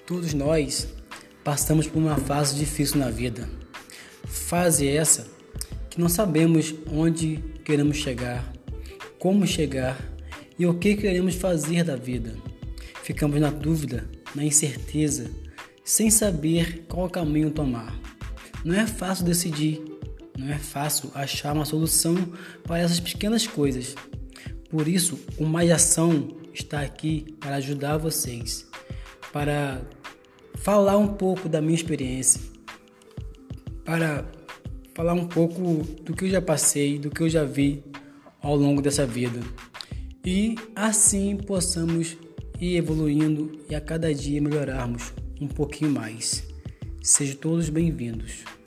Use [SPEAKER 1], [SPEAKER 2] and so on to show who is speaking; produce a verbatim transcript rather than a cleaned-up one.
[SPEAKER 1] Todos nós passamos por uma fase difícil na vida. Fase essa que não sabemos onde queremos chegar, como chegar e o que queremos fazer da vida. Ficamos na dúvida, na incerteza, sem saber qual caminho tomar. Não é fácil decidir, não é fácil achar uma solução para essas pequenas coisas. Por isso, o Mais Ação está aqui para ajudar vocês, para falar um pouco da minha experiência, para falar um pouco do que eu já passei, do que eu já vi ao longo dessa vida. E assim possamos ir evoluindo e a cada dia melhorarmos um pouquinho mais. Sejam todos bem-vindos.